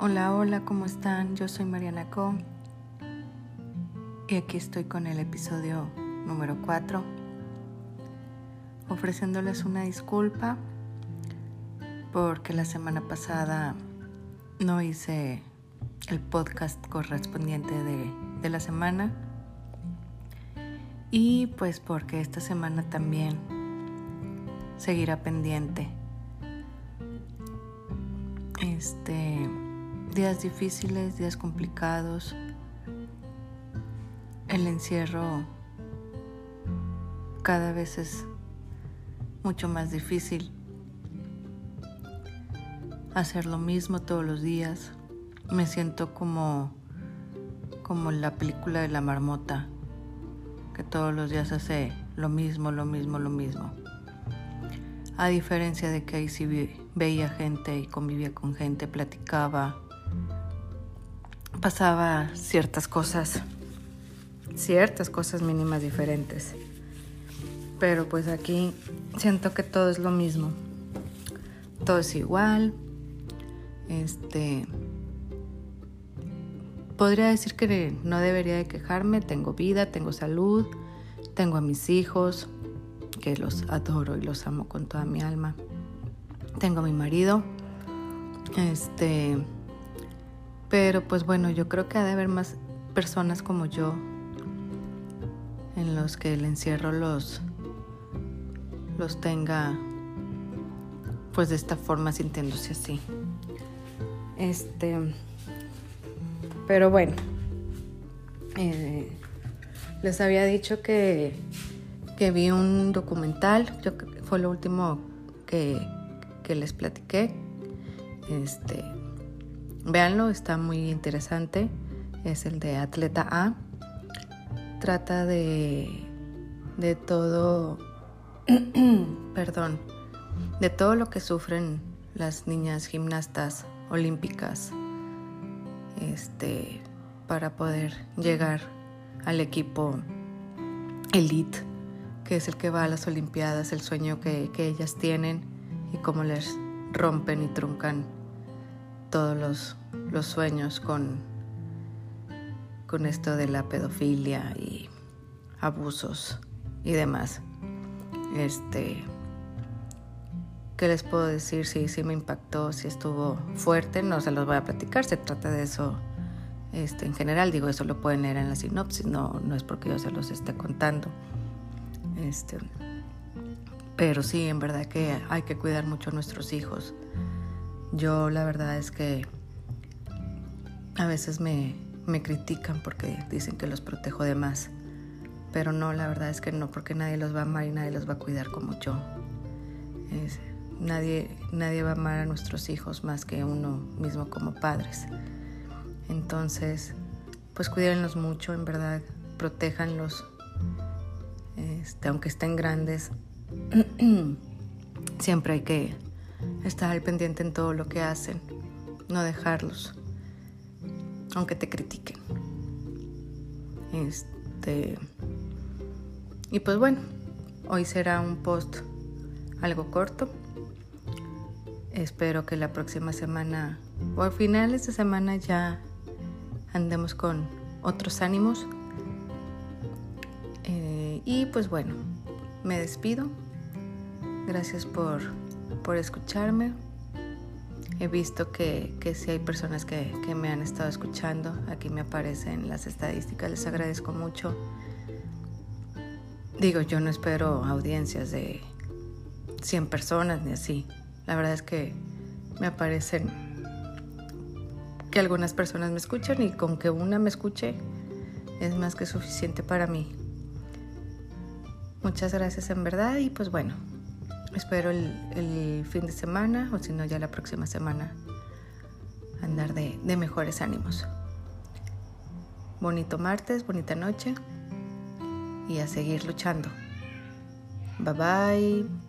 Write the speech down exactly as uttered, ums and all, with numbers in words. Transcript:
Hola, hola, ¿cómo están? Yo soy Mariana Co. Y aquí estoy con el episodio número cuatro, ofreciéndoles una disculpa porque la semana pasada no hice el podcast correspondiente de, de la semana y pues porque esta semana también seguirá pendiente. Este, días difíciles, días complicados. El encierro cada vez es mucho más difícil. Hacer lo mismo todos los días. Me siento como, como la película de la marmota, que todos los días hace lo mismo, lo mismo, lo mismo. A diferencia de que ahí sí veía gente y convivía con gente, platicaba, pasaba ciertas cosas, ciertas cosas mínimas diferentes. Pero pues aquí siento que todo es lo mismo, todo es igual. Este, podría decir que no debería de quejarme. Tengo vida, tengo salud, tengo a mis hijos, que los adoro y los amo con toda mi alma. Tengo a mi marido, este, pero pues bueno, yo creo que ha de haber más personas como yo en los que el encierro los, los tenga pues de esta forma, sintiéndose así. Este, pero bueno, eh, les había dicho que que vi un documental, yo, fue lo último que, que les platiqué. Este, véanlo, está muy interesante. Es el de Atleta A. Trata de, de todo, perdón, de todo lo que sufren las niñas gimnastas olímpicas, este, para poder llegar al equipo elite, que es el que va a las olimpiadas, el sueño que, que ellas tienen y cómo les rompen y truncan todos los, los sueños con, con esto de la pedofilia y abusos y demás. Este, ¿qué les puedo decir? Sí, sí me impactó, sí estuvo fuerte, no se los voy a platicar, se trata de eso este, en general, digo, eso lo pueden leer en la sinopsis, no, no es porque yo se los esté contando. Este, pero sí, en verdad que hay que cuidar mucho a nuestros hijos. Yo la verdad es que a veces me, me critican porque dicen que los protejo de más, pero no, la verdad es que no, porque nadie los va a amar y nadie los va a cuidar como yo. Es, nadie, nadie va a amar a nuestros hijos más que uno mismo como padres. Entonces, pues cuídenlos mucho, en verdad, protéjanlos. Este, aunque estén grandes, siempre hay que estar al pendiente en todo lo que hacen, no dejarlos, aunque te critiquen. Este, y pues bueno, hoy será un post algo corto. Espero que la próxima semana o a finales de semana ya andemos con otros ánimos. Y pues bueno, me despido. Gracias por, por escucarme. He visto que, que sí hay personas que, que me han estado escuchando. Aquí me aparecen las estadísticas, les agradezco mucho. Digo, yo no espero audiencias de cien personas ni así. La verdad es que me aparecen que algunas personas me escuchan y con que una me escuche es más que suficiente para mí. Muchas gracias en verdad y pues bueno, espero el, el fin de semana o si no ya la próxima semana andar de, de mejores ánimos. Bonito martes, bonita noche y a seguir luchando. Bye bye.